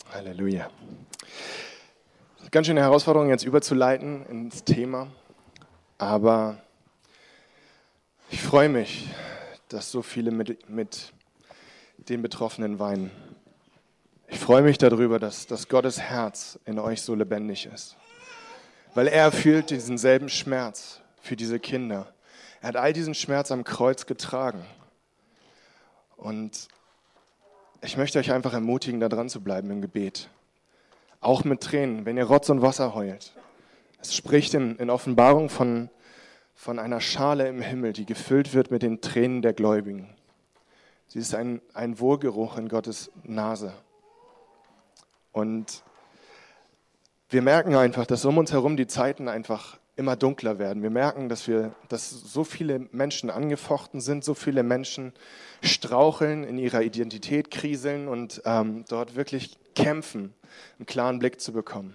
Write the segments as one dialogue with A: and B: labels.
A: Halleluja. Ganz schöne Herausforderung, jetzt überzuleiten ins Thema. Aber ich freue mich, dass so viele mit den Betroffenen weinen. Ich freue mich darüber, dass Gottes Herz in euch so lebendig ist. Weil er fühlt diesen selben Schmerz für diese Kinder. Er hat all diesen Schmerz am Kreuz getragen. Und ich möchte euch einfach ermutigen, da dran zu bleiben im Gebet. Auch mit Tränen, wenn ihr Rotz und Wasser heult. Es spricht in Offenbarung von einer Schale im Himmel, die gefüllt wird mit den Tränen der Gläubigen. Sie ist ein Wohlgeruch in Gottes Nase. Und wir merken einfach, dass um uns herum die Zeiten einfach immer dunkler werden. Wir merken, dass so viele Menschen angefochten sind, so viele Menschen straucheln, in ihrer Identität kriseln und dort wirklich kämpfen, einen klaren Blick zu bekommen.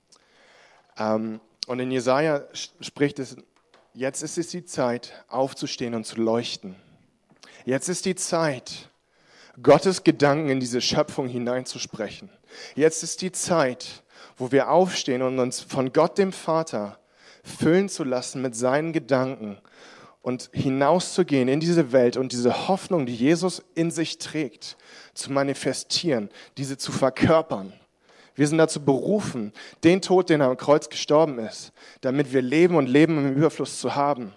A: Und in Jesaja spricht es, jetzt ist es die Zeit, aufzustehen und zu leuchten. Jetzt ist die Zeit, Gottes Gedanken in diese Schöpfung hineinzusprechen. Jetzt ist die Zeit, wo wir aufstehen und uns von Gott, dem Vater, füllen zu lassen mit seinen Gedanken und hinauszugehen in diese Welt und diese Hoffnung, die Jesus in sich trägt, zu manifestieren, diese zu verkörpern. Wir sind dazu berufen, den Tod, den er am Kreuz gestorben ist, damit wir leben und Leben im Überfluss zu haben.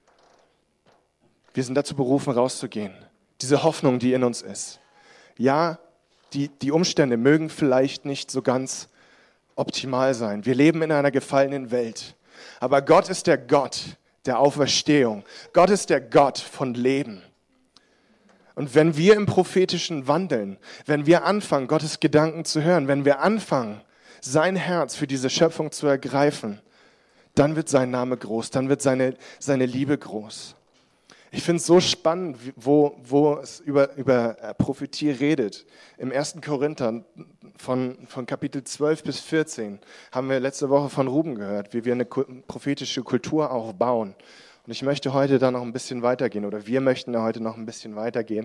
A: Wir sind dazu berufen, rauszugehen. Diese Hoffnung, die in uns ist. Ja, die Umstände mögen vielleicht nicht so ganz optimal sein. Wir leben in einer gefallenen Welt. Aber Gott ist der Gott der Auferstehung. Gott ist der Gott von Leben. Und wenn wir im Prophetischen wandeln, wenn wir anfangen, Gottes Gedanken zu hören, wenn wir anfangen, sein Herz für diese Schöpfung zu ergreifen, dann wird sein Name groß, dann wird seine Liebe groß. Ich finde es so spannend, wo es über Prophetie redet. Im 1. Korinther von Kapitel 12 bis 14 haben wir letzte Woche von Ruben gehört, wie wir eine prophetische Kultur auch bauen. Und ich möchte heute da noch ein bisschen weitergehen, oder wir möchten da heute noch ein bisschen weitergehen,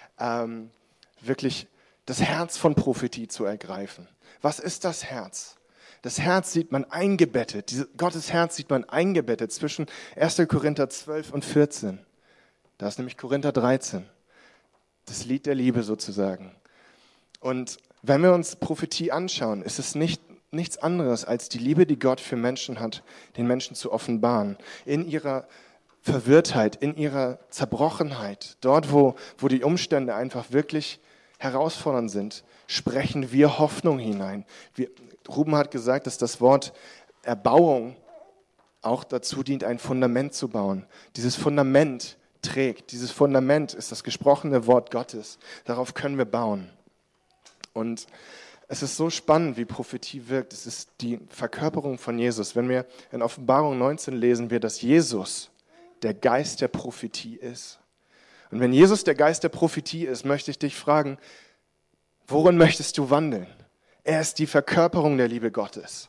A: wirklich das Herz von Prophetie zu ergreifen. Was ist das Herz? Das Herz sieht man eingebettet, Gottes Herz sieht man eingebettet zwischen 1. Korinther 12 und 14. Da ist nämlich Korinther 13, das Lied der Liebe sozusagen. Und wenn wir uns Prophetie anschauen, ist es nichts anderes als die Liebe, die Gott für Menschen hat, den Menschen zu offenbaren. In ihrer Verwirrtheit, in ihrer Zerbrochenheit, dort wo die Umstände einfach wirklich herausfordernd sind, sprechen wir Hoffnung hinein. Ruben hat gesagt, dass das Wort Erbauung auch dazu dient, ein Fundament zu bauen. Dieses Fundament trägt. Dieses Fundament ist das gesprochene Wort Gottes. Darauf können wir bauen. Und es ist so spannend, wie Prophetie wirkt. Es ist die Verkörperung von Jesus. Wenn wir in Offenbarung 19 lesen wir, dass Jesus der Geist der Prophetie ist. Und wenn Jesus der Geist der Prophetie ist, möchte ich dich fragen, worin möchtest du wandeln? Er ist die Verkörperung der Liebe Gottes.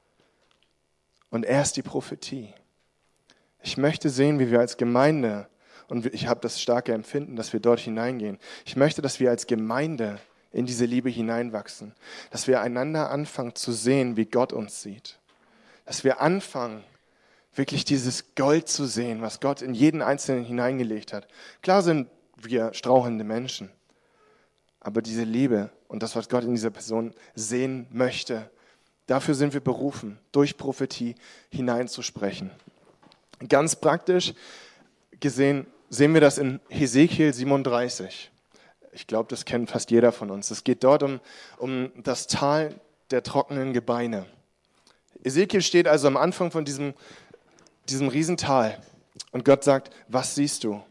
A: Und er ist die Prophetie. Ich möchte sehen, wie wir als Gemeinde, und ich habe das starke Empfinden, dass wir dort hineingehen. Ich möchte, dass wir als Gemeinde in diese Liebe hineinwachsen. Dass wir einander anfangen zu sehen, wie Gott uns sieht. Dass wir anfangen, wirklich dieses Gold zu sehen, was Gott in jeden Einzelnen hineingelegt hat. Klar sind wir strauchelnde Menschen, aber diese Liebe und das, was Gott in dieser Person sehen möchte, dafür sind wir berufen, durch Prophetie hineinzusprechen. Ganz praktisch gesehen sehen wir das in Hesekiel 37. Ich glaube, das kennt fast jeder von uns. Es geht dort um das Tal der trockenen Gebeine. Ezekiel steht also am Anfang von diesem Riesental und Gott sagt, was siehst du?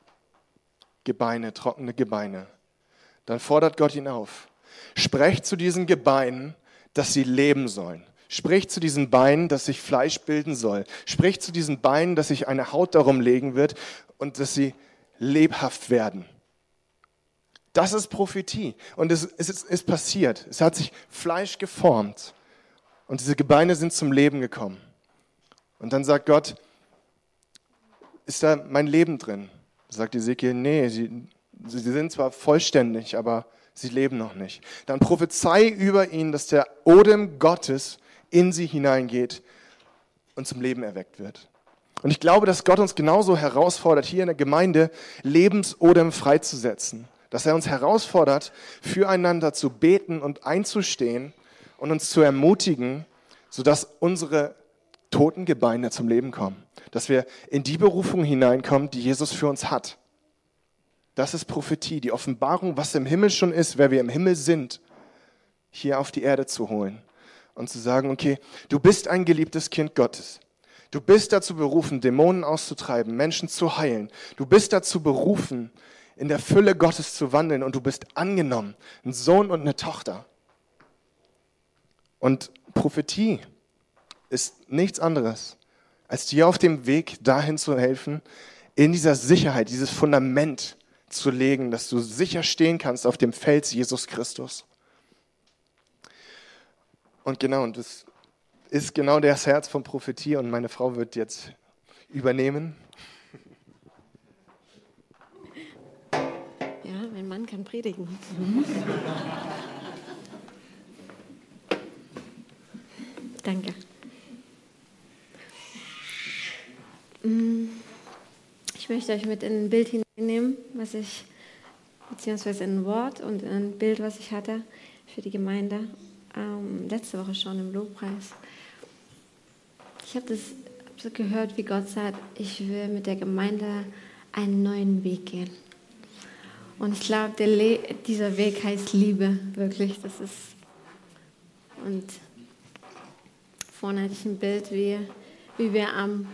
A: Gebeine, trockene Gebeine. Dann fordert Gott ihn auf. Sprech zu diesen Gebeinen, dass sie leben sollen. Sprich zu diesen Beinen, dass sich Fleisch bilden soll. Sprich zu diesen Beinen, dass sich eine Haut darum legen wird und dass sie lebhaft werden. Das ist Prophetie. Und es ist passiert. Es hat sich Fleisch geformt. Und diese Gebeine sind zum Leben gekommen. Und dann sagt Gott, ist da mein Leben drin? Da sagt Ezekiel, nee, sie sind zwar vollständig, aber Sie leben noch nicht. Dann prophezei über ihnen, dass der Odem Gottes in sie hineingeht und zum Leben erweckt wird. Und ich glaube, dass Gott uns genauso herausfordert, hier in der Gemeinde Lebensodem freizusetzen. Dass er uns herausfordert, füreinander zu beten und einzustehen und uns zu ermutigen, sodass unsere toten Gebeine zum Leben kommen. Dass wir in die Berufung hineinkommen, die Jesus für uns hat. Das ist Prophetie, die Offenbarung, was im Himmel schon ist, wer wir im Himmel sind, hier auf die Erde zu holen und zu sagen, okay, du bist ein geliebtes Kind Gottes. Du bist dazu berufen, Dämonen auszutreiben, Menschen zu heilen. Du bist dazu berufen, in der Fülle Gottes zu wandeln und du bist angenommen, ein Sohn und eine Tochter. Und Prophetie ist nichts anderes, als dir auf dem Weg dahin zu helfen, in dieser Sicherheit, dieses Fundament zu legen, dass du sicher stehen kannst auf dem Fels Jesus Christus. Und das ist genau das Herz von Prophetie und meine Frau wird jetzt übernehmen.
B: Ja, mein Mann kann predigen. Danke. Ich möchte euch mit in ein Bild hineinnehmen, beziehungsweise in ein Wort und ein Bild, was ich hatte für die Gemeinde letzte Woche schon im Lobpreis. Ich habe das gehört, wie Gott sagt, ich will mit der Gemeinde einen neuen Weg gehen. Und ich glaube, dieser Weg heißt Liebe, wirklich. Und vorne hatte ich ein Bild, wie wir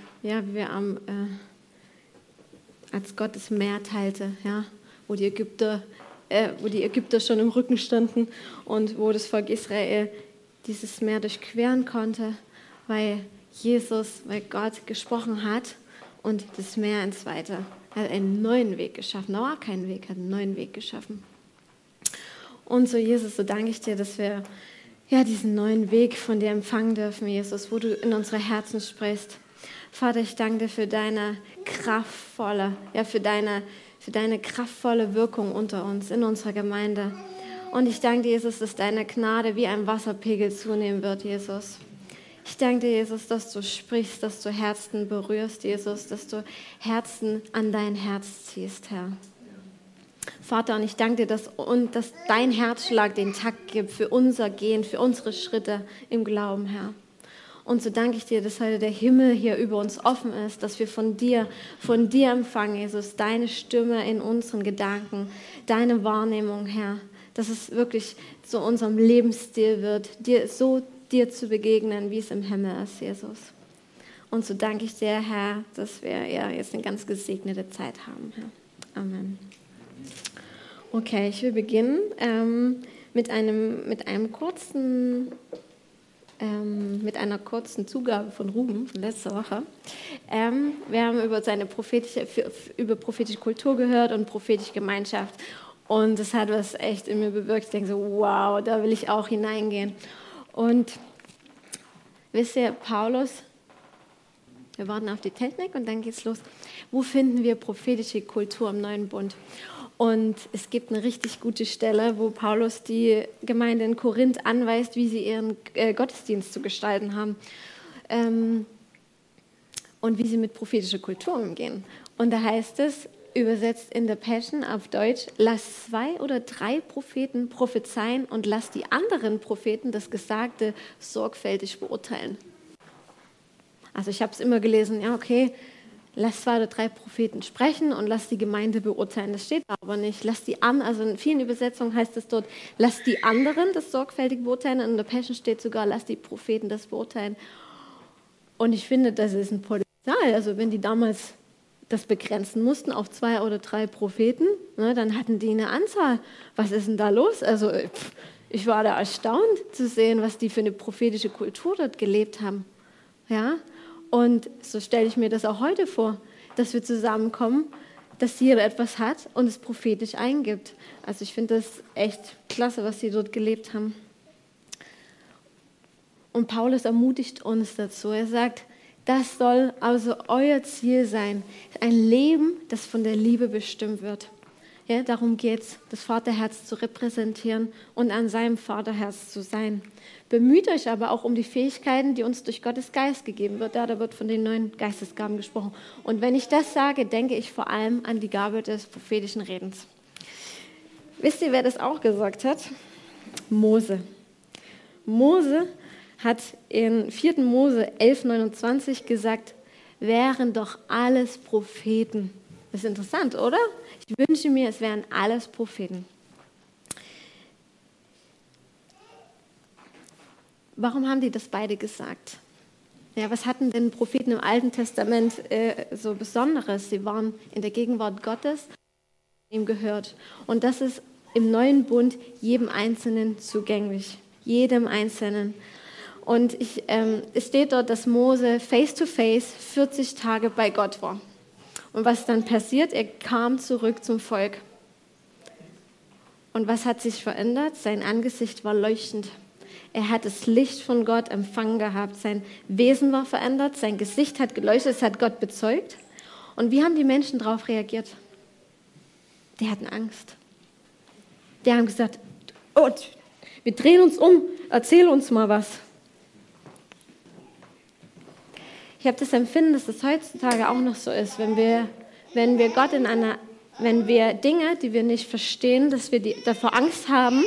B: als Gott das Meer teilte, ja, wo die Ägypter schon im Rücken standen und wo das Volk Israel dieses Meer durchqueren konnte, weil Gott gesprochen hat und das Meer ins Weite. Er hat einen neuen Weg geschaffen. Da war kein Weg, hat einen neuen Weg geschaffen. Und so, Jesus, so danke ich dir, dass wir diesen neuen Weg von dir empfangen dürfen, Jesus, wo du in unsere Herzen sprichst. Vater, ich danke dir für deine kraftvolle Wirkung unter uns, in unserer Gemeinde. Und ich danke dir, Jesus, dass deine Gnade wie ein Wasserpegel zunehmen wird, Jesus. Ich danke dir, Jesus, dass du sprichst, dass du Herzen berührst, Jesus, dass du Herzen an dein Herz ziehst, Herr. Vater, und ich danke dir, dass dein Herzschlag den Takt gibt für unser Gehen, für unsere Schritte im Glauben, Herr. Und so danke ich dir, dass heute der Himmel hier über uns offen ist, dass wir von dir empfangen, Jesus, deine Stimme in unseren Gedanken, deine Wahrnehmung, Herr, dass es wirklich zu unserem Lebensstil wird, dir zu begegnen, wie es im Himmel ist, Jesus. Und so danke ich dir, Herr, dass wir jetzt eine ganz gesegnete Zeit haben, Herr. Amen. Okay, ich will beginnen mit einer kurzen Zugabe von Ruben von letzter Woche. Wir haben über prophetische Kultur gehört und prophetische Gemeinschaft. Und das hat was echt in mir bewirkt. Ich denke so, wow, da will ich auch hineingehen. Und wisst ihr, Paulus, wir warten auf die Technik und dann geht's los. Wo finden wir prophetische Kultur im Neuen Bund? Und es gibt eine richtig gute Stelle, wo Paulus die Gemeinde in Korinth anweist, wie sie ihren Gottesdienst zu gestalten haben und wie sie mit prophetischer Kultur umgehen. Und da heißt es, übersetzt in der Passion auf Deutsch, lass 2 oder 3 Propheten prophezeien und lass die anderen Propheten das Gesagte sorgfältig beurteilen. Also ich habe es immer gelesen, ja okay, lass 2 oder 3 Propheten sprechen und lass die Gemeinde beurteilen. Das steht aber nicht. Also in vielen Übersetzungen heißt es dort, lass die anderen das sorgfältig beurteilen. Und in der Passion steht sogar, lass die Propheten das beurteilen. Und ich finde, das ist ein Potenzial. Also wenn die damals das begrenzen mussten auf 2 oder 3 Propheten, ne, dann hatten die eine Anzahl. Was ist denn da los? Also ich war da erstaunt zu sehen, was die für eine prophetische Kultur dort gelebt haben. Ja? Und so stelle ich mir das auch heute vor, dass wir zusammenkommen, dass jeder etwas hat und es prophetisch eingibt. Also ich finde das echt klasse, was sie dort gelebt haben. Und Paulus ermutigt uns dazu. Er sagt, das soll also euer Ziel sein. Ein Leben, das von der Liebe bestimmt wird. Ja, darum geht es, das Vaterherz zu repräsentieren und an seinem Vaterherz zu sein. Bemüht euch aber auch um die Fähigkeiten, die uns durch Gottes Geist gegeben wird. Ja, da wird von den 9 Geistesgaben gesprochen. Und wenn ich das sage, denke ich vor allem an die Gabe des prophetischen Redens. Wisst ihr, wer das auch gesagt hat? Mose. Mose hat in 4. Mose 11,29 gesagt, wären doch alles Propheten. Das ist interessant, oder? Ich wünsche mir, es wären alles Propheten. Warum haben die das beide gesagt? Ja, was hatten denn Propheten im Alten Testament so Besonderes? Sie waren in der Gegenwart Gottes, ihm gehört. Und das ist im neuen Bund jedem Einzelnen zugänglich. Jedem Einzelnen. Und es steht dort, dass Mose face to face 40 Tage bei Gott war. Und was dann passiert? Er kam zurück zum Volk. Und was hat sich verändert? Sein Angesicht war leuchtend. Er hat das Licht von Gott empfangen gehabt. Sein Wesen war verändert, sein Gesicht hat geleuchtet, es hat Gott bezeugt. Und wie haben die Menschen darauf reagiert? Die hatten Angst. Die haben gesagt, oh, wir drehen uns um, erzähl uns mal was. Ich habe das Empfinden, dass das heutzutage auch noch so ist, wenn wir Gott wenn wir Dinge, die wir nicht verstehen, dass wir davor Angst haben,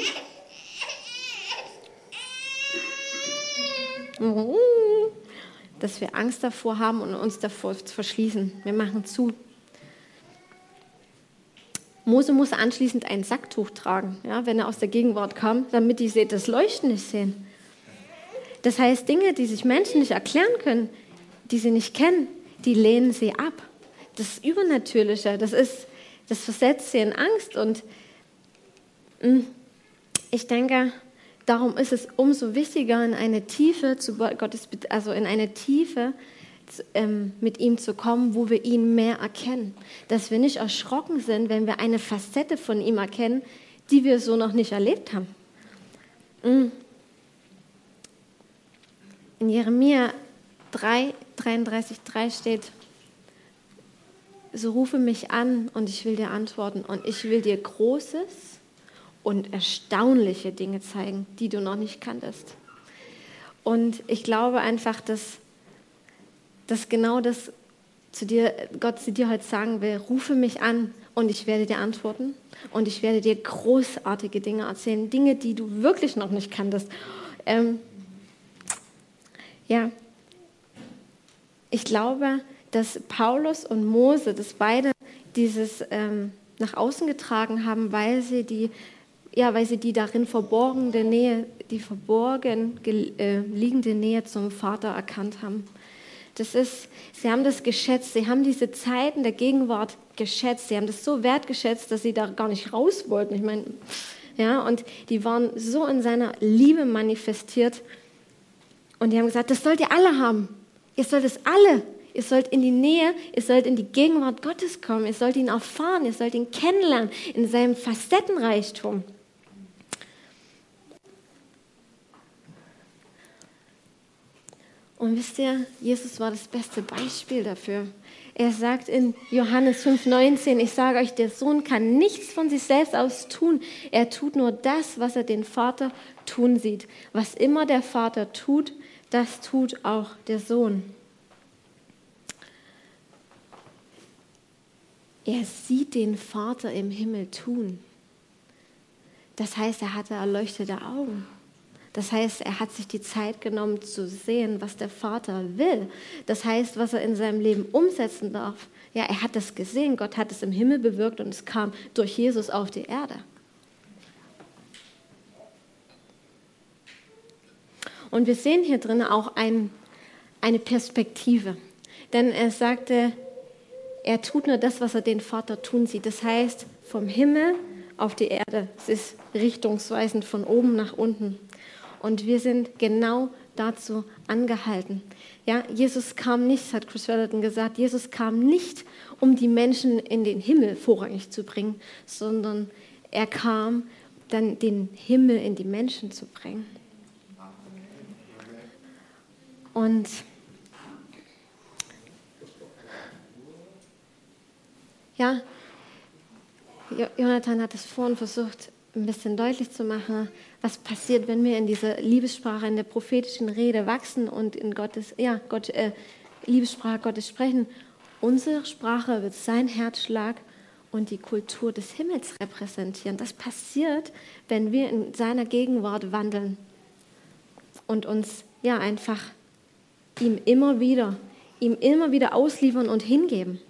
B: dass wir Angst davor haben und uns davor verschließen. Wir machen zu. Mose muss anschließend ein Sacktuch tragen, ja, wenn er aus der Gegenwart kam, damit die das Leuchten nicht sehen. Das heißt, Dinge, die sich Menschen nicht erklären können, die sie nicht kennen, die lehnen sie ab. Das Übernatürliche, das versetzt sie in Angst. Und ich denke, darum ist es umso wichtiger, in eine Tiefe mit ihm zu kommen, wo wir ihn mehr erkennen. Dass wir nicht erschrocken sind, wenn wir eine Facette von ihm erkennen, die wir so noch nicht erlebt haben. In Jeremia 33,3 steht, so rufe mich an und ich will dir antworten und ich will dir Großes und erstaunliche Dinge zeigen, die du noch nicht kanntest. Und ich glaube einfach, dass genau das Gott zu dir heute sagen will, rufe mich an und ich werde dir antworten und ich werde dir großartige Dinge erzählen, Dinge, die du wirklich noch nicht kanntest. Ich glaube, dass Paulus und Mose, dass beide dieses nach außen getragen haben, weil sie die darin verborgene Nähe, die verborgen liegende Nähe zum Vater erkannt haben. Sie haben das geschätzt, sie haben diese Zeiten der Gegenwart geschätzt, sie haben das so wertgeschätzt, dass sie da gar nicht raus wollten. Ich meine, ja, und die waren so in seiner Liebe manifestiert und die haben gesagt, das sollt ihr alle haben. Ihr sollt es alle. Ihr sollt in die Nähe, ihr sollt in die Gegenwart Gottes kommen, ihr sollt ihn erfahren, ihr sollt ihn kennenlernen in seinem Facettenreichtum. Und wisst ihr, Jesus war das beste Beispiel dafür. Er sagt in Johannes 5,19, ich sage euch, der Sohn kann nichts von sich selbst aus tun. Er tut nur das, was er den Vater tun sieht. Was immer der Vater tut, das tut auch der Sohn. Er sieht den Vater im Himmel tun. Das heißt, er hatte erleuchtete Augen. Das heißt, er hat sich die Zeit genommen zu sehen, was der Vater will. Das heißt, was er in seinem Leben umsetzen darf. Ja, er hat das gesehen. Gott hat es im Himmel bewirkt und es kam durch Jesus auf die Erde. Und wir sehen hier drin auch eine Perspektive. Denn er sagte, er tut nur das, was er den Vater tun sieht. Das heißt, vom Himmel auf die Erde. Es ist richtungsweisend von oben nach unten. Und wir sind genau dazu angehalten. Ja, Jesus kam nicht, hat Chris Wellerton gesagt, Jesus kam nicht, um die Menschen in den Himmel vorrangig zu bringen, sondern er kam, dann den Himmel in die Menschen zu bringen. Und ja, Jonathan hat es vorhin versucht, ein bisschen deutlich zu machen, was passiert, wenn wir in dieser Liebessprache, in der prophetischen Rede wachsen und in Liebessprache Gottes sprechen. Unsere Sprache wird sein Herzschlag und die Kultur des Himmels repräsentieren. Das passiert, wenn wir in seiner Gegenwart wandeln und uns einfach ihm immer wieder ausliefern und hingeben.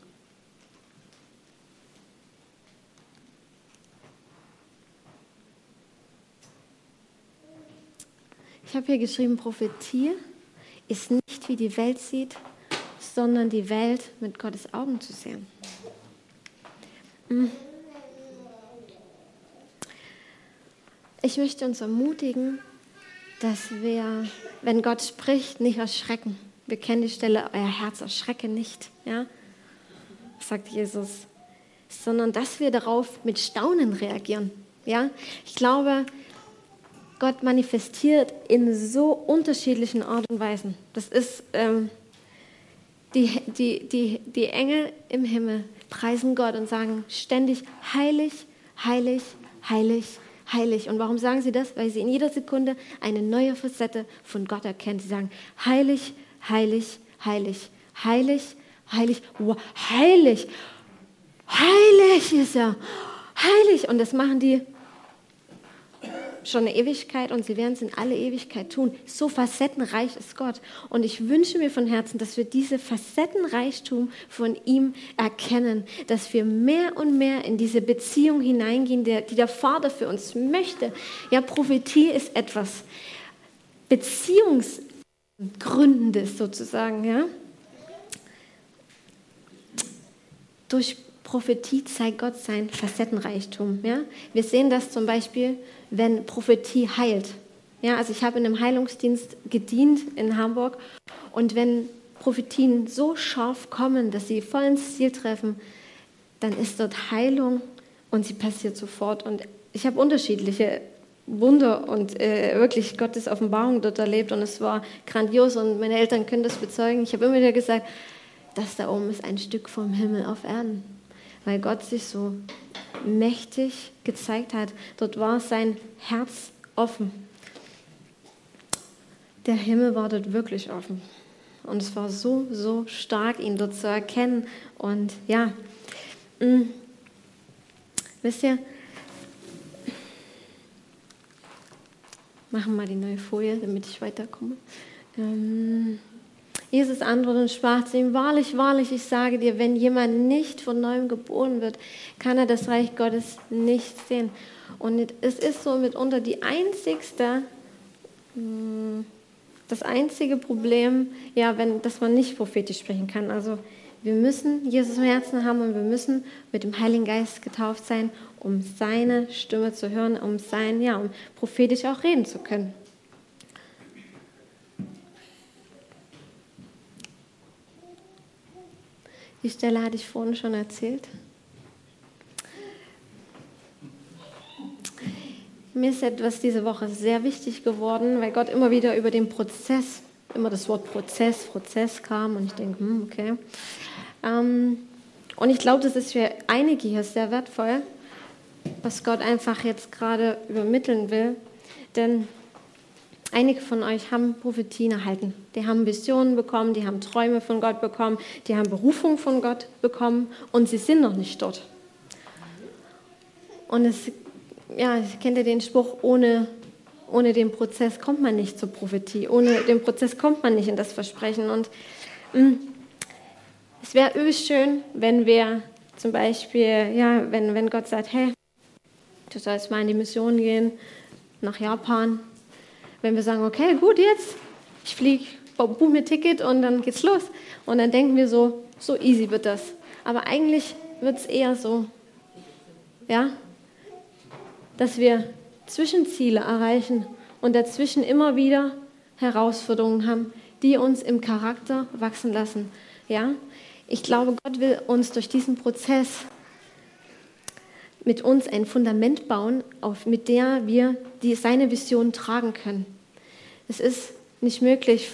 B: Ich habe hier geschrieben, Prophetie ist nicht, wie die Welt sieht, sondern die Welt mit Gottes Augen zu sehen. Ich möchte uns ermutigen, dass wir, wenn Gott spricht, nicht erschrecken. Wir kennen die Stelle, euer Herz erschrecke nicht, ja? Sagt Jesus, sondern dass wir darauf mit Staunen reagieren. Ja? Ich glaube, Gott manifestiert in so unterschiedlichen Art und Weisen. Das ist, die Engel im Himmel preisen Gott und sagen ständig, heilig, heilig, heilig, heilig. Und warum sagen sie das? Weil sie in jeder Sekunde eine neue Facette von Gott erkennen. Sie sagen, heilig, heilig, heilig, heilig, heilig, wow, heilig, heilig ist er, heilig. Und das machen die schon eine Ewigkeit und sie werden es in alle Ewigkeit tun. So facettenreich ist Gott. Und ich wünsche mir von Herzen, dass wir diese Facettenreichtum von ihm erkennen, dass wir mehr und mehr in diese Beziehung hineingehen, die der Vater für uns möchte. Ja, Prophetie ist etwas Beziehungsgründendes sozusagen. Ja? Durch Prophetie zeigt Gott sein Facettenreichtum. Ja? Wir sehen das zum Beispiel, wenn Prophetie heilt. Ja, also ich habe in einem Heilungsdienst gedient in Hamburg und wenn Prophetien so scharf kommen, dass sie voll ins Ziel treffen, dann ist dort Heilung und sie passiert sofort. Und ich habe unterschiedliche Wunder und wirklich Gottes Offenbarung dort erlebt und es war grandios und meine Eltern können das bezeugen. Ich habe immer wieder gesagt, das da oben ist ein Stück vom Himmel auf Erden, weil Gott sich so mächtig gezeigt hat. Dort war sein Herz offen. Der Himmel war dort wirklich offen. Und es war so, so stark, ihn dort zu erkennen. Und ja, wisst ihr, machen wir mal die neue Folie, damit ich weiterkomme. Jesus antwortete und sprach zu ihm, wahrlich, wahrlich, ich sage dir, wenn jemand nicht von neuem geboren wird, kann er das Reich Gottes nicht sehen. Und es ist so mitunter das einzige Problem, ja, dass man nicht prophetisch sprechen kann. Also wir müssen Jesus im Herzen haben und wir müssen mit dem Heiligen Geist getauft sein, um seine Stimme zu hören, um prophetisch auch reden zu können. Die Stelle hatte ich vorhin schon erzählt. Mir ist etwas diese Woche sehr wichtig geworden, weil Gott immer wieder über den Prozess, immer das Wort Prozess kam und ich denke, okay. Und ich glaube, das ist für einige hier sehr wertvoll, was Gott einfach jetzt gerade übermitteln will, denn einige von euch haben Prophetien erhalten. Die haben Visionen bekommen, die haben Träume von Gott bekommen, die haben Berufung von Gott bekommen und sie sind noch nicht dort. Und kennt ihr den Spruch, ohne den Prozess kommt man nicht zur Prophetie, ohne den Prozess kommt man nicht in das Versprechen. Und es wäre übelst schön, wenn wir zum Beispiel, wenn Gott sagt, hey, du sollst mal in die Mission gehen, nach Japan. Wenn wir sagen, okay, gut, jetzt, ich fliege, buche mir Ticket und dann geht's los. Und dann denken wir so easy wird das. Aber eigentlich wird es eher so, ja, dass wir Zwischenziele erreichen und dazwischen immer wieder Herausforderungen haben, die uns im Charakter wachsen lassen. Ja? Ich glaube, Gott will uns durch diesen Prozess mit uns ein Fundament bauen, mit der wir seine Vision tragen können. Es ist nicht möglich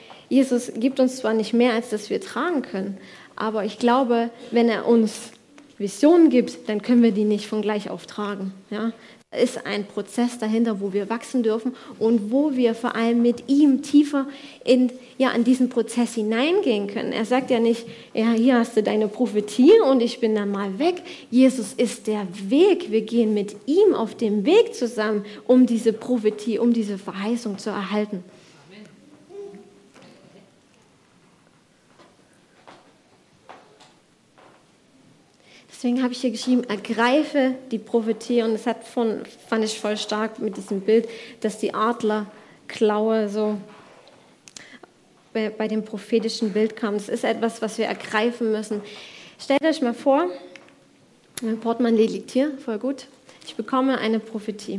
B: Jesus gibt uns zwar nicht mehr, als dass wir tragen können, aber ich glaube, wenn er uns Visionen gibt, dann können wir die nicht von gleich auf tragen. Ja? Da ist ein Prozess dahinter, wo wir wachsen dürfen und wo wir vor allem mit ihm tiefer in diesen Prozess hineingehen können. Er sagt ja nicht, ja, hier hast du deine Prophetie und ich bin dann mal weg. Jesus ist der Weg. Wir gehen mit ihm auf dem Weg zusammen, um diese Prophetie, um diese Verheißung zu erhalten. Deswegen habe ich hier geschrieben, ergreife die Prophetie. Und es fand ich voll stark mit diesem Bild, dass die Adlerklaue so bei dem prophetischen Bild kam. Das ist etwas, was wir ergreifen müssen. Stellt euch mal vor, mein Portemonnaie liegt hier, voll gut. Ich bekomme eine Prophetie.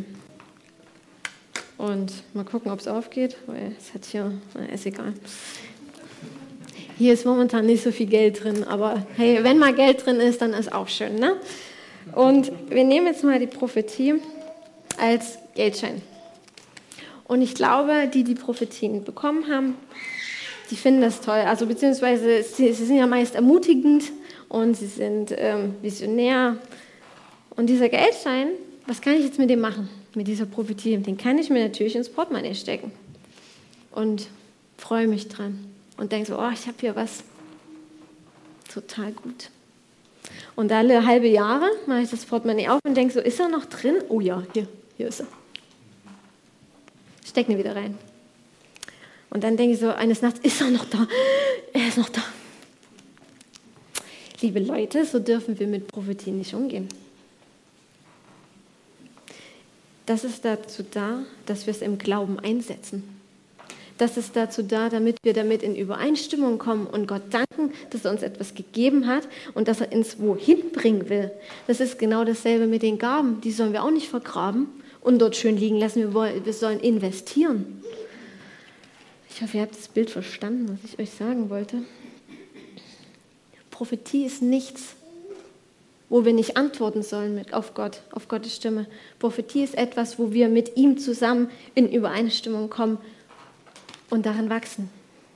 B: Und mal gucken, ob es aufgeht, weil es hat hier, ist egal. Hier ist momentan nicht so viel Geld drin, aber hey, wenn mal Geld drin ist, dann ist auch schön, ne? Und wir nehmen jetzt mal die Prophetie als Geldschein. Und ich glaube, die Prophetien bekommen haben, die finden das toll. Also beziehungsweise sie sind ja meist ermutigend und sie sind visionär. Und dieser Geldschein, was kann ich jetzt mit dem machen, mit dieser Prophetie? Den kann ich mir natürlich ins Portemonnaie stecken und freue mich dran. Und denke so, oh, ich habe hier was total gut. Und alle halbe Jahre mache ich das Portemonnaie auf und denke so, ist er noch drin? Oh ja, hier ist er. Stecke ihn wieder rein. Und dann denke ich so, eines Nachts, ist er noch da? Er ist noch da. Liebe Leute, so dürfen wir mit Prophetien nicht umgehen. Das ist dazu da, dass wir es im Glauben einsetzen. Das ist dazu da, damit wir damit in Übereinstimmung kommen und Gott danken, dass er uns etwas gegeben hat und dass er uns wohin bringen will. Das ist genau dasselbe mit den Gaben. Die sollen wir auch nicht vergraben und dort schön liegen lassen. Wir sollen investieren. Ich hoffe, ihr habt das Bild verstanden, was ich euch sagen wollte. Prophetie ist nichts, wo wir nicht antworten sollen auf Gottes Stimme. Prophetie ist etwas, wo wir mit ihm zusammen in Übereinstimmung kommen und darin wachsen.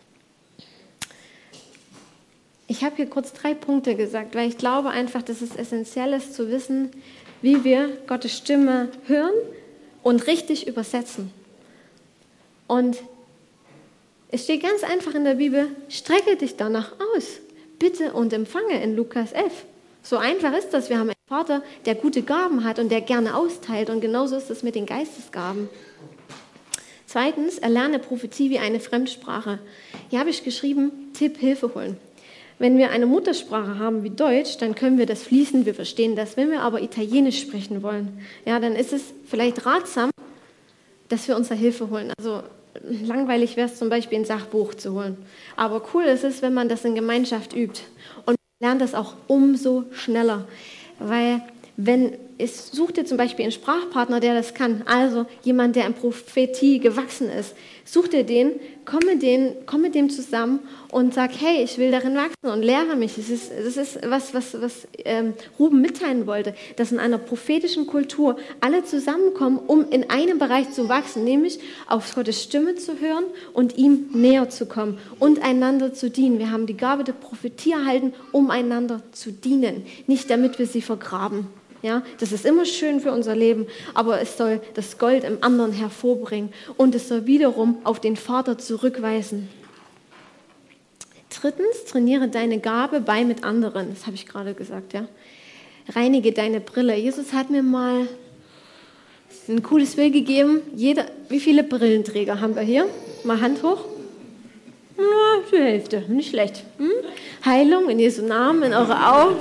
B: Ich habe hier kurz 3 Punkte gesagt, weil ich glaube einfach, dass es essentiell ist zu wissen, wie wir Gottes Stimme hören und richtig übersetzen. Und es steht ganz einfach in der Bibel, strecke dich danach aus, bitte und empfange in Lukas 11. So einfach ist das. Wir haben einen Vater, der gute Gaben hat und der gerne austeilt und genauso ist es mit den Geistesgaben. Zweitens, erlerne Prophetie wie eine Fremdsprache. Hier habe ich geschrieben, Tipp, Hilfe holen. Wenn wir eine Muttersprache haben wie Deutsch, dann können wir das fließend, wir verstehen das. Wenn wir aber Italienisch sprechen wollen, ja, dann ist es vielleicht ratsam, dass wir uns da Hilfe holen. Also langweilig wäre es zum Beispiel, ein Sachbuch zu holen. Aber cool ist es, wenn man das in Gemeinschaft übt. Und man lernt das auch umso schneller. Weil such dir zum Beispiel einen Sprachpartner, der das kann. Also jemand, der in Prophetie gewachsen ist. Such dir den, komm mit dem zusammen und sag, hey, ich will darin wachsen und lehre mich. Das ist was Ruben mitteilen wollte, dass in einer prophetischen Kultur alle zusammenkommen, um in einem Bereich zu wachsen, nämlich auf Gottes Stimme zu hören und ihm näher zu kommen und einander zu dienen. Wir haben die Gabe der Prophetie erhalten, um einander zu dienen, nicht damit wir sie vergraben. Ja, das ist immer schön für unser Leben, aber es soll das Gold im anderen hervorbringen und es soll wiederum auf den Vater zurückweisen. Drittens, trainiere deine Gabe mit anderen. Das habe ich gerade gesagt. Ja. Reinige deine Brille. Jesus hat mir mal ein cooles Bild gegeben. Wie viele Brillenträger haben wir hier? Mal Hand hoch. Na, die Hälfte, nicht schlecht. Heilung in Jesu Namen, in eure Augen.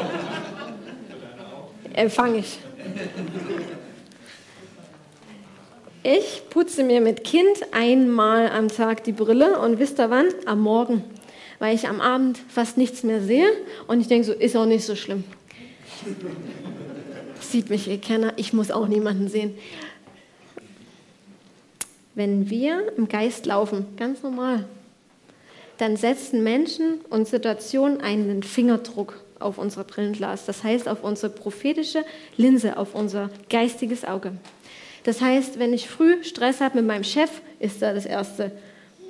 B: Empfange ich. Ich putze mir mit Kind einmal am Tag die Brille und wisst ihr wann? Am Morgen, weil ich am Abend fast nichts mehr sehe und ich denke so, ist auch nicht so schlimm. Sieht mich keiner, ich muss auch niemanden sehen. Wenn wir im Geist laufen, ganz normal, dann setzen Menschen und Situationen einen Fingerdruck auf unser Brillenglas. Das heißt, auf unsere prophetische Linse, auf unser geistiges Auge. Das heißt, wenn ich früh Stress habe mit meinem Chef, ist da das Erste.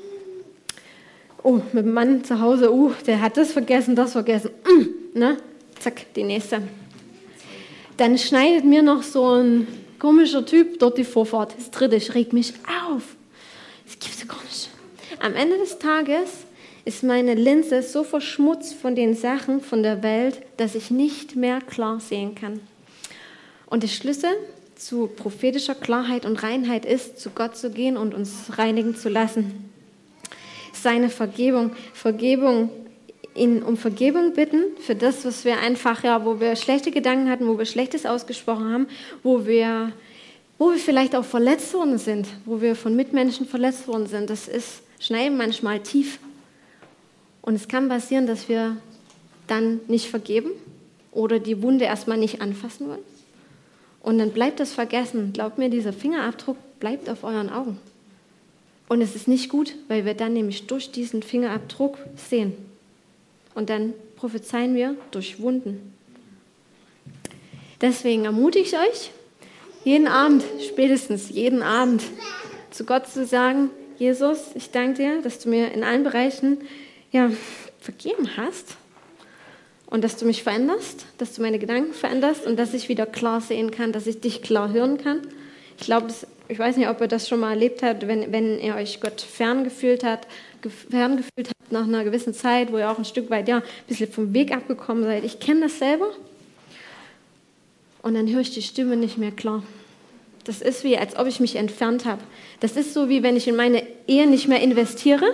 B: Oh, mit dem Mann zu Hause, der hat das vergessen. Ne? Zack, die nächste. Dann schneidet mir noch so ein komischer Typ dort die Vorfahrt. Das dritte, ich reg mich auf. Das gibt's ja gar nicht. Am Ende des Tages ist meine Linse so verschmutzt von den Sachen von der Welt, dass ich nicht mehr klar sehen kann. Und der Schlüssel zu prophetischer Klarheit und Reinheit ist, zu Gott zu gehen und uns reinigen zu lassen. Seine Vergebung ihn um Vergebung bitten für das, was wir einfach, wo wir schlechte Gedanken hatten, wo wir Schlechtes ausgesprochen haben, wo wir vielleicht auch verletzt worden sind, wo wir von Mitmenschen verletzt worden sind. Das schneidet manchmal tief. Und es kann passieren, dass wir dann nicht vergeben oder die Wunde erstmal nicht anfassen wollen. Und dann bleibt das vergessen. Glaubt mir, dieser Fingerabdruck bleibt auf euren Augen. Und es ist nicht gut, weil wir dann nämlich durch diesen Fingerabdruck sehen. Und dann prophezeien wir durch Wunden. Deswegen ermutige ich euch, jeden Abend, spätestens jeden Abend, zu Gott zu sagen, Jesus, ich danke dir, dass du mir in allen Bereichen vergeben hast und dass du mich veränderst, dass du meine Gedanken veränderst und dass ich wieder klar sehen kann, dass ich dich klar hören kann. Ich glaube, ich weiß nicht, ob ihr das schon mal erlebt habt, wenn ihr euch Gott ferngefühlt habt nach einer gewissen Zeit, wo ihr auch ein Stück weit ein bisschen vom Weg abgekommen seid. Ich kenne das selber und dann höre ich die Stimme nicht mehr klar. Das ist wie, als ob ich mich entfernt habe. Das ist so, wie wenn ich in meine Ehe nicht mehr investiere.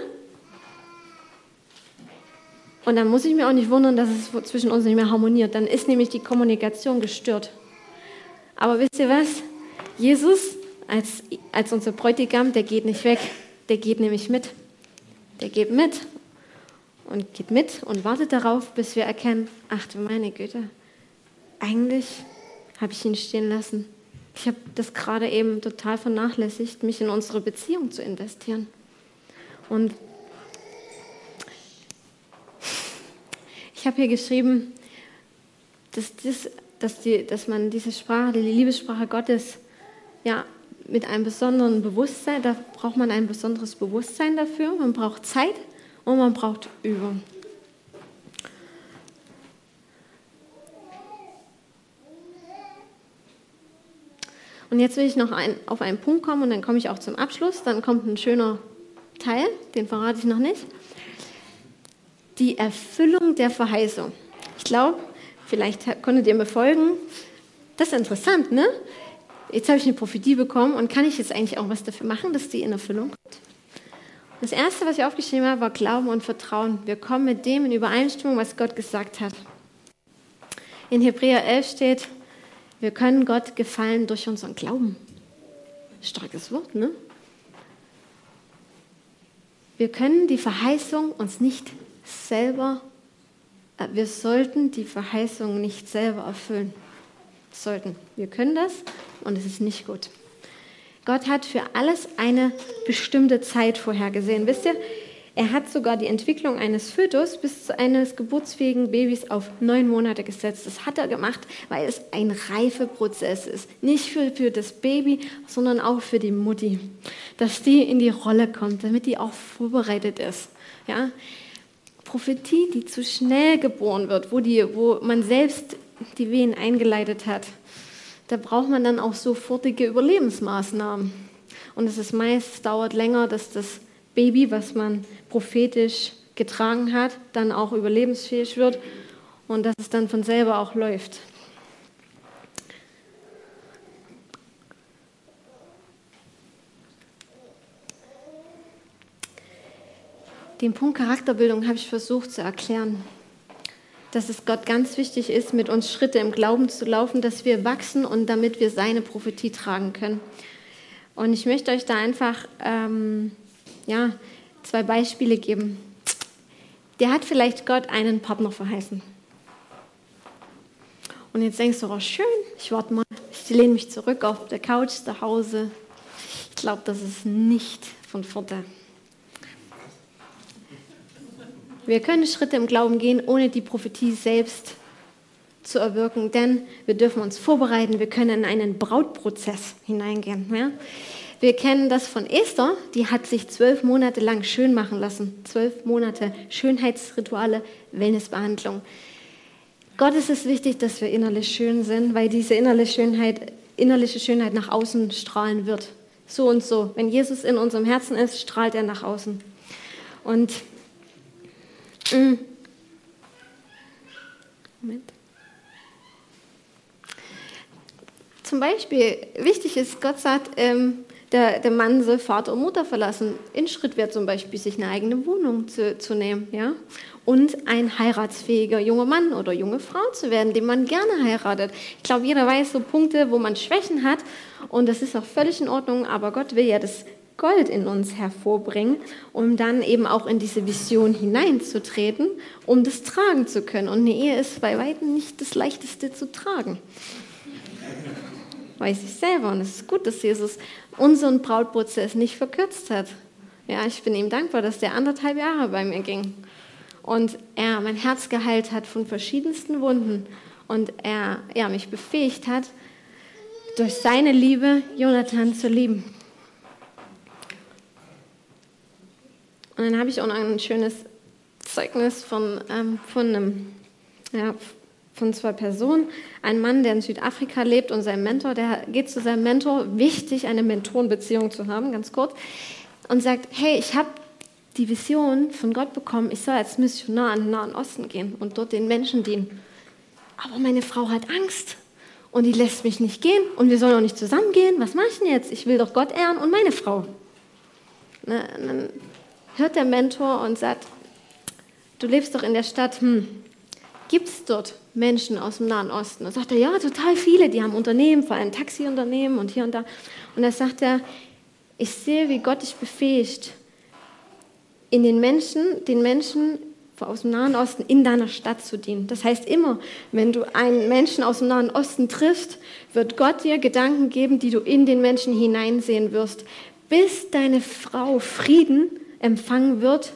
B: Und dann muss ich mir auch nicht wundern, dass es zwischen uns nicht mehr harmoniert. Dann ist nämlich die Kommunikation gestört. Aber wisst ihr was? Jesus als unser Bräutigam, der geht nicht weg. Der geht nämlich mit. Der geht mit und wartet darauf, bis wir erkennen, ach du meine Güte, eigentlich habe ich ihn stehen lassen. Ich habe das gerade eben total vernachlässigt, mich in unsere Beziehung zu investieren. Und ich habe hier geschrieben, dass man diese Sprache, die Liebessprache Gottes, mit einem besonderen Bewusstsein, da braucht man ein besonderes Bewusstsein dafür. Man braucht Zeit und man braucht Übung. Und jetzt will ich noch auf einen Punkt kommen und dann komme ich auch zum Abschluss. Dann kommt ein schöner Teil, den verrate ich noch nicht. Die Erfüllung der Verheißung. Ich glaube, vielleicht konntet ihr mir folgen. Das ist interessant, ne? Jetzt habe ich eine Prophetie bekommen und kann ich jetzt eigentlich auch was dafür machen, dass die in Erfüllung kommt? Das Erste, was ich aufgeschrieben habe, war Glauben und Vertrauen. Wir kommen mit dem in Übereinstimmung, was Gott gesagt hat. In Hebräer 11 steht, wir können Gott gefallen durch unseren Glauben. Starkes Wort, ne? Wir können die Verheißung uns nicht selber, wir sollten die Verheißung nicht selber erfüllen. Wir können das und es ist nicht gut. Gott hat für alles eine bestimmte Zeit vorhergesehen. Wisst ihr, er hat sogar die Entwicklung eines Fötus bis zu eines geburtsfähigen Babys auf 9 Monate gesetzt. Das hat er gemacht, weil es ein Reifeprozess ist. Nicht für das Baby, sondern auch für die Mutti. Dass die in die Rolle kommt, damit die auch vorbereitet ist. Ja? Prophetie, die zu schnell geboren wird, wo man selbst die Wehen eingeleitet hat, da braucht man dann auch sofortige Überlebensmaßnahmen. Und es dauert länger, dass das Baby, was man prophetisch getragen hat, dann auch überlebensfähig wird und dass es dann von selber auch läuft. Den Punkt Charakterbildung habe ich versucht zu erklären. Dass es Gott ganz wichtig ist, mit uns Schritte im Glauben zu laufen, dass wir wachsen und damit wir seine Prophetie tragen können. Und ich möchte euch da einfach 2 Beispiele geben. Der hat vielleicht Gott einen Partner verheißen. Und jetzt denkst du, oh schön, ich warte mal, ich lehne mich zurück auf der Couch zu Hause. Ich glaube, das ist nicht von Vorteil. Wir können Schritte im Glauben gehen, ohne die Prophetie selbst zu erwirken, denn wir dürfen uns vorbereiten, wir können in einen Brautprozess hineingehen. Ja? Wir kennen das von Esther, die hat sich 12 Monate lang schön machen lassen. 12 Monate Schönheitsrituale, Wellnessbehandlung. Gott ist es wichtig, dass wir innerlich schön sind, weil diese innerliche Schönheit nach außen strahlen wird. So und so. Wenn Jesus in unserem Herzen ist, strahlt er nach außen. Und Moment. Zum Beispiel, wichtig ist, Gott sagt, der Mann soll Vater und Mutter verlassen. Ein Schritt wäre zum Beispiel, sich eine eigene Wohnung zu nehmen. Ja? Und ein heiratsfähiger junger Mann oder junge Frau zu werden, den man gerne heiratet. Ich glaube, jeder weiß so Punkte, wo man Schwächen hat. Und das ist auch völlig in Ordnung. Aber Gott will ja das Gold in uns hervorbringen, um dann eben auch in diese Vision hineinzutreten, um das tragen zu können. Und eine Ehe ist bei weitem nicht das Leichteste zu tragen. Weiß ich selber. Und es ist gut, dass Jesus unseren Brautprozess nicht verkürzt hat. Ja, ich bin ihm dankbar, dass der 1,5 Jahre bei mir ging. Und er mein Herz geheilt hat von verschiedensten Wunden. Und er mich befähigt hat, durch seine Liebe Jonathan zu lieben. Und dann habe ich auch noch ein schönes Zeugnis von 2 Personen. Ein Mann, der in Südafrika lebt und sein Mentor, der geht zu seinem Mentor, wichtig, eine Mentorenbeziehung zu haben, ganz kurz, und sagt, hey, ich habe die Vision von Gott bekommen, ich soll als Missionar in den Nahen Osten gehen und dort den Menschen dienen. Aber meine Frau hat Angst und die lässt mich nicht gehen und wir sollen auch nicht zusammen gehen. Was mache ich denn jetzt? Ich will doch Gott ehren und meine Frau. Und dann hört der Mentor und sagt, du lebst doch in der Stadt, gibt es dort Menschen aus dem Nahen Osten? Und sagt er, ja, total viele, die haben Unternehmen, vor allem Taxiunternehmen und hier und da. Und da sagt er, ich sehe, wie Gott dich befähigt, den Menschen aus dem Nahen Osten in deiner Stadt zu dienen. Das heißt immer, wenn du einen Menschen aus dem Nahen Osten triffst, wird Gott dir Gedanken geben, die du in den Menschen hineinsehen wirst, bis deine Frau Frieden empfangen wird,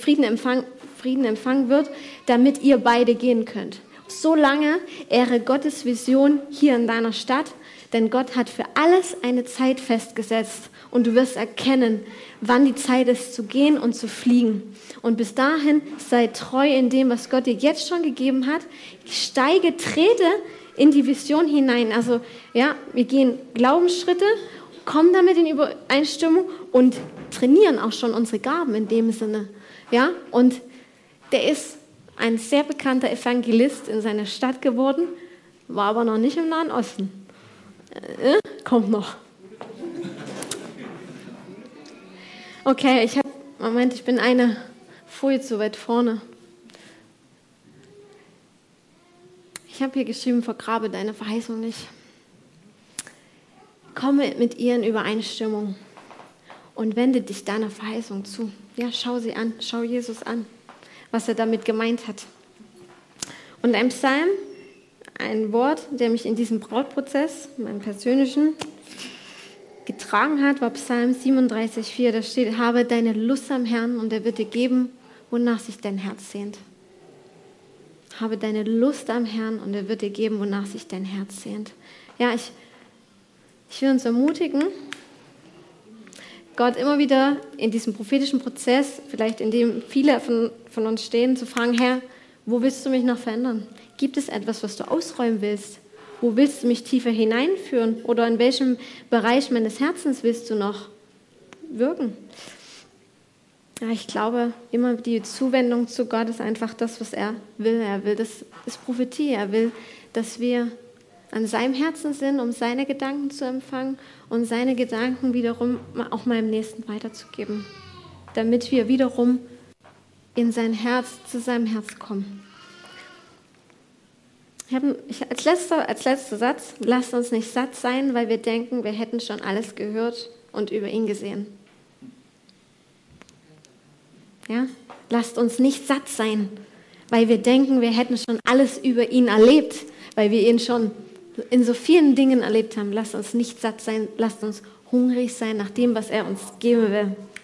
B: damit ihr beide gehen könnt. Solange ehre Gottes Vision hier in deiner Stadt, denn Gott hat für alles eine Zeit festgesetzt und du wirst erkennen, wann die Zeit ist zu gehen und zu fliegen. Und bis dahin sei treu in dem, was Gott dir jetzt schon gegeben hat. Trete in die Vision hinein. Also ja, wir gehen Glaubensschritte, kommen damit in Übereinstimmung und trainieren auch schon unsere Gaben in dem Sinne. Ja, und der ist ein sehr bekannter Evangelist in seiner Stadt geworden, war aber noch nicht im Nahen Osten. Kommt noch. Okay, ich bin eine Folie zu weit vorne. Ich habe hier geschrieben, vergrabe deine Verheißung nicht. Komme mit ihr in Übereinstimmung und wende dich deiner Verheißung zu. Ja, schau sie an, schau Jesus an, was er damit gemeint hat. Und ein Psalm, ein Wort, der mich in diesem Brautprozess, meinem persönlichen, getragen hat, war Psalm 37,4. Da steht, habe deine Lust am Herrn und er wird dir geben, wonach sich dein Herz sehnt. Habe deine Lust am Herrn und er wird dir geben, wonach sich dein Herz sehnt. Ja, ich will uns ermutigen, Gott immer wieder in diesem prophetischen Prozess, vielleicht in dem viele von uns stehen, zu fragen, Herr, wo willst du mich noch verändern? Gibt es etwas, was du ausräumen willst? Wo willst du mich tiefer hineinführen? Oder in welchem Bereich meines Herzens willst du noch wirken? Ja, ich glaube, immer die Zuwendung zu Gott ist einfach das, was er will. Er will, das ist Prophetie. Er will, dass wir an seinem Herzen sind, um seine Gedanken zu empfangen und seine Gedanken wiederum auch meinem Nächsten weiterzugeben, damit wir wiederum in sein Herz, zu seinem Herz kommen. Als letzter Satz, lasst uns nicht satt sein, weil wir denken, wir hätten schon alles gehört und über ihn gesehen. Ja? Lasst uns nicht satt sein, weil wir denken, wir hätten schon alles über ihn erlebt, weil wir ihn schon in so vielen Dingen erlebt haben. Lasst uns nicht satt sein, lasst uns hungrig sein nach dem, was er uns geben will.